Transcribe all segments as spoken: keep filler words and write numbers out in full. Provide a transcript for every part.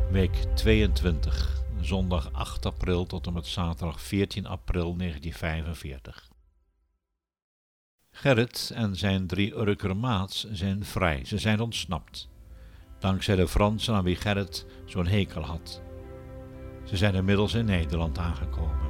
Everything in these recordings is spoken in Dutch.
Week tweeëntwintig, zondag acht april tot en met zaterdag veertien april negentien vijfenveertig. Gerrit en zijn drie Urker maats zijn vrij, ze zijn ontsnapt. Dankzij de Fransen aan wie Gerrit zo'n hekel had. Ze zijn inmiddels in Nederland aangekomen.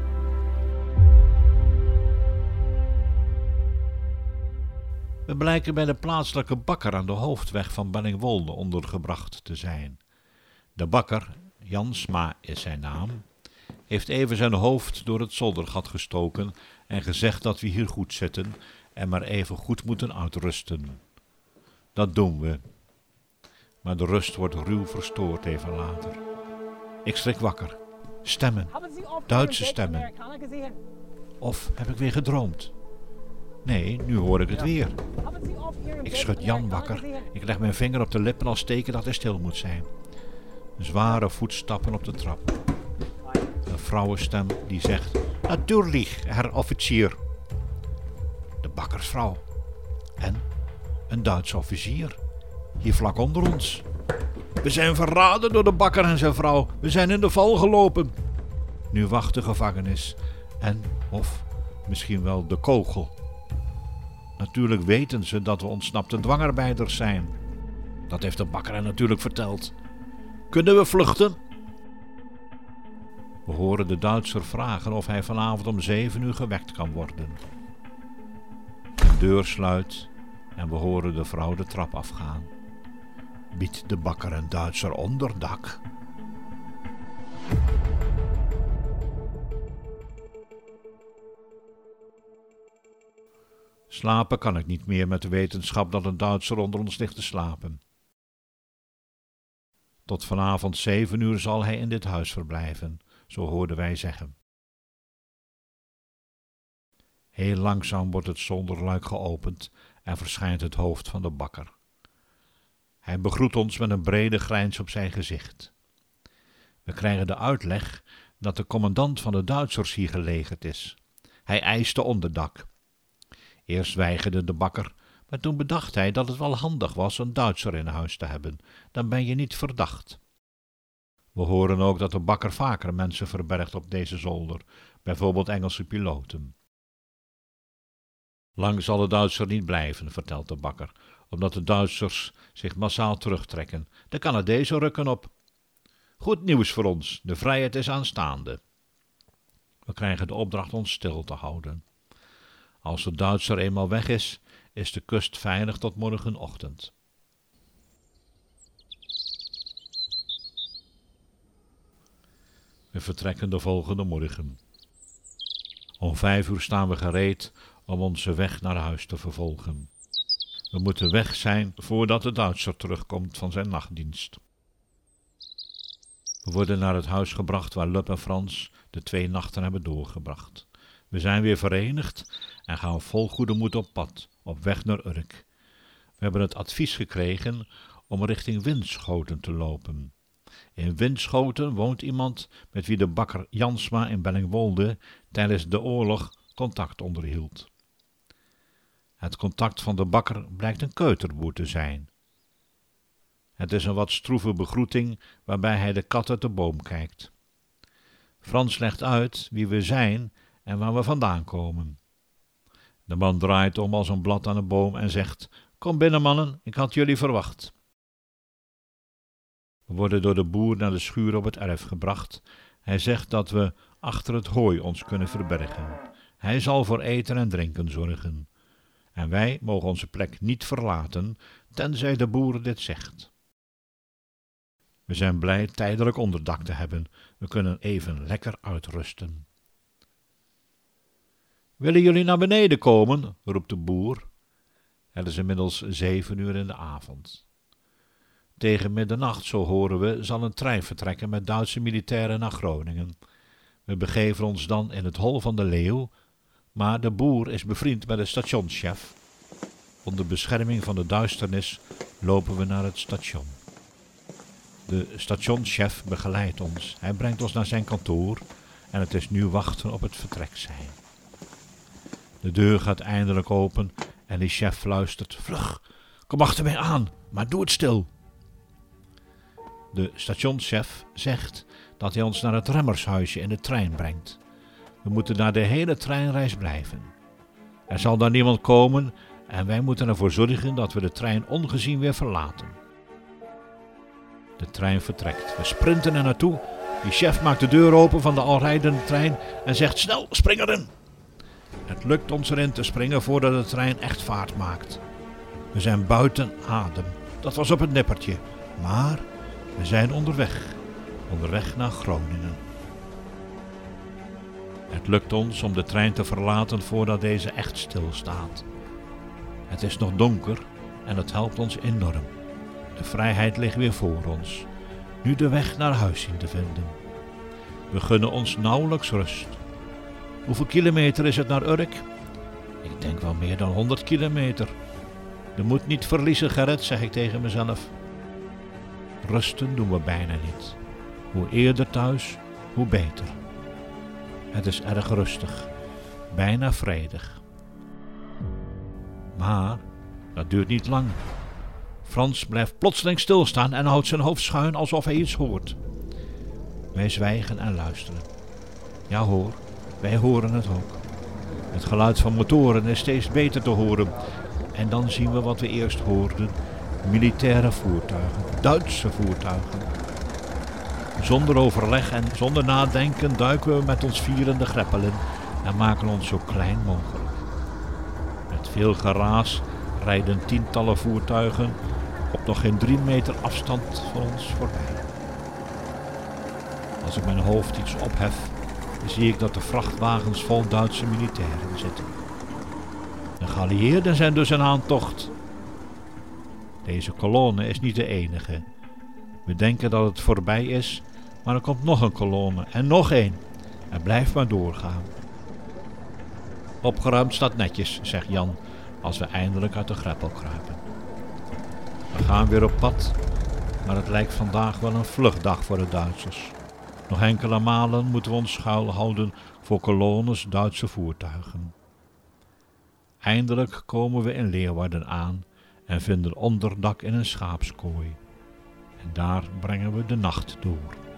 We blijken bij de plaatselijke bakker aan de hoofdweg van Bellingwolde ondergebracht te zijn. De bakker, Jansma is zijn naam, heeft even zijn hoofd door het zoldergat gestoken en gezegd dat we hier goed zitten en maar even goed moeten uitrusten. Dat doen we. Maar de rust wordt ruw verstoord even later. Ik schrik wakker. Stemmen. Duitse stemmen. Of heb ik weer gedroomd? Nee, nu hoor ik het weer. Ik schud Jan wakker. Ik leg mijn vinger op de lippen als teken dat hij stil moet zijn. Zware voetstappen op de trap. Een vrouwenstem die zegt: Natuurlijk, herr officier. De bakkersvrouw. En een Duitse officier. Hier vlak onder ons. We zijn verraden door de bakker en zijn vrouw. We zijn in de val gelopen. Nu wacht de gevangenis. En, of misschien wel de kogel. Natuurlijk weten ze dat we ontsnapte dwangarbeiders zijn. Dat heeft de bakker hen natuurlijk verteld. Kunnen we vluchten? We horen de Duitser vragen of hij vanavond om zeven uur gewekt kan worden. De deur sluit en we horen de vrouw de trap afgaan. Biedt de bakker een Duitser onderdak? Slapen kan ik niet meer met de wetenschap dat een Duitser onder ons ligt te slapen. Tot vanavond zeven uur zal hij in dit huis verblijven, zo hoorden wij zeggen. Heel langzaam wordt het zolderluik geopend en verschijnt het hoofd van de bakker. Hij begroet ons met een brede grijns op zijn gezicht. We krijgen de uitleg dat de commandant van de Duitsers hier gelegerd is. Hij eiste onderdak. Eerst weigerde de bakker, maar toen bedacht hij dat het wel handig was een Duitser in huis te hebben. Dan ben je niet verdacht. We horen ook dat de bakker vaker mensen verbergt op deze zolder, bijvoorbeeld Engelse piloten. Lang zal de Duitser niet blijven, vertelt de bakker, omdat de Duitsers zich massaal terugtrekken. De Canadezen rukken op. Goed nieuws voor ons, de vrijheid is aanstaande. We krijgen de opdracht ons stil te houden. Als de Duitser eenmaal weg is, is de kust veilig tot morgenochtend. We vertrekken de volgende morgen. Om vijf uur staan we gereed om onze weg naar huis te vervolgen. We moeten weg zijn voordat de Duitser terugkomt van zijn nachtdienst. We worden naar het huis gebracht waar Lup en Frans de twee nachten hebben doorgebracht. We zijn weer verenigd en gaan vol goede moed op pad, op weg naar Urk. We hebben het advies gekregen om richting Winschoten te lopen. In Winschoten woont iemand met wie de bakker Jansma in Bellingwolde tijdens de oorlog contact onderhield. Het contact van de bakker blijkt een keuterboer te zijn. Het is een wat stroeve begroeting waarbij hij de kat uit de boom kijkt. Frans legt uit wie we zijn en waar we vandaan komen. De man draait om als een blad aan een boom en zegt: Kom binnen, mannen, ik had jullie verwacht. We worden door de boer naar de schuur op het erf gebracht. Hij zegt dat we achter het hooi ons kunnen verbergen. Hij zal voor eten en drinken zorgen. En wij mogen onze plek niet verlaten, tenzij de boer dit zegt. We zijn blij tijdelijk onderdak te hebben. We kunnen even lekker uitrusten. Willen jullie naar beneden komen? Roept de boer. Het is inmiddels zeven uur in de avond. Tegen middernacht, zo horen we, zal een trein vertrekken met Duitse militairen naar Groningen. We begeven ons dan in het hol van de Leeuw, maar de boer is bevriend met de stationschef. Onder bescherming van de duisternis lopen we naar het station. De stationschef begeleidt ons. Hij brengt ons naar zijn kantoor en het is nu wachten op het vertrek zijn. De deur gaat eindelijk open en de chef fluistert: Vlug, kom achter mij aan, maar doe het stil. De stationschef zegt dat hij ons naar het remmershuisje in de trein brengt. We moeten daar de hele treinreis blijven. Er zal daar niemand komen en wij moeten ervoor zorgen dat we de trein ongezien weer verlaten. De trein vertrekt. We sprinten er naartoe. Die chef maakt de deur open van de al rijdende trein en zegt: snel, spring erin! Het lukt ons erin te springen voordat de trein echt vaart maakt. We zijn buiten adem. Dat was op het nippertje. Maar we zijn onderweg. Onderweg naar Groningen. Het lukt ons om de trein te verlaten voordat deze echt stilstaat. Het is nog donker en het helpt ons enorm. De vrijheid ligt weer voor ons. Nu de weg naar huis zien te vinden. We gunnen ons nauwelijks rust. Hoeveel kilometer is het naar Urk? Ik denk wel meer dan honderd kilometer. Je moet niet verliezen, Gerrit, zeg ik tegen mezelf. Rusten doen we bijna niet. Hoe eerder thuis, hoe beter. Het is erg rustig, bijna vredig. Maar dat duurt niet lang. Frans blijft plotseling stilstaan en houdt zijn hoofd schuin alsof hij iets hoort. Wij zwijgen en luisteren. Ja hoor, wij horen het ook. Het geluid van motoren is steeds beter te horen. En dan zien we wat we eerst hoorden. Militaire voertuigen, Duitse voertuigen. Zonder overleg en zonder nadenken duiken we met ons vieren de greppel in en maken ons zo klein mogelijk. Met veel geraas rijden tientallen voertuigen op nog geen drie meter afstand van ons voorbij. Als ik mijn hoofd iets ophef, zie ik dat de vrachtwagens vol Duitse militairen zitten. De geallieerden zijn dus in aantocht. Deze kolonne is niet de enige. We denken dat het voorbij is, maar er komt nog een kolonne en nog één. Het blijft maar doorgaan. Opgeruimd staat netjes, zegt Jan, als we eindelijk uit de greppel kruipen. We gaan weer op pad, maar het lijkt vandaag wel een vluchtdag voor de Duitsers. Nog enkele malen moeten we ons schuilhouden voor kolonnes Duitse voertuigen. Eindelijk komen we in Leeuwarden aan en vinden onderdak in een schaapskooi. En daar brengen we de nacht door.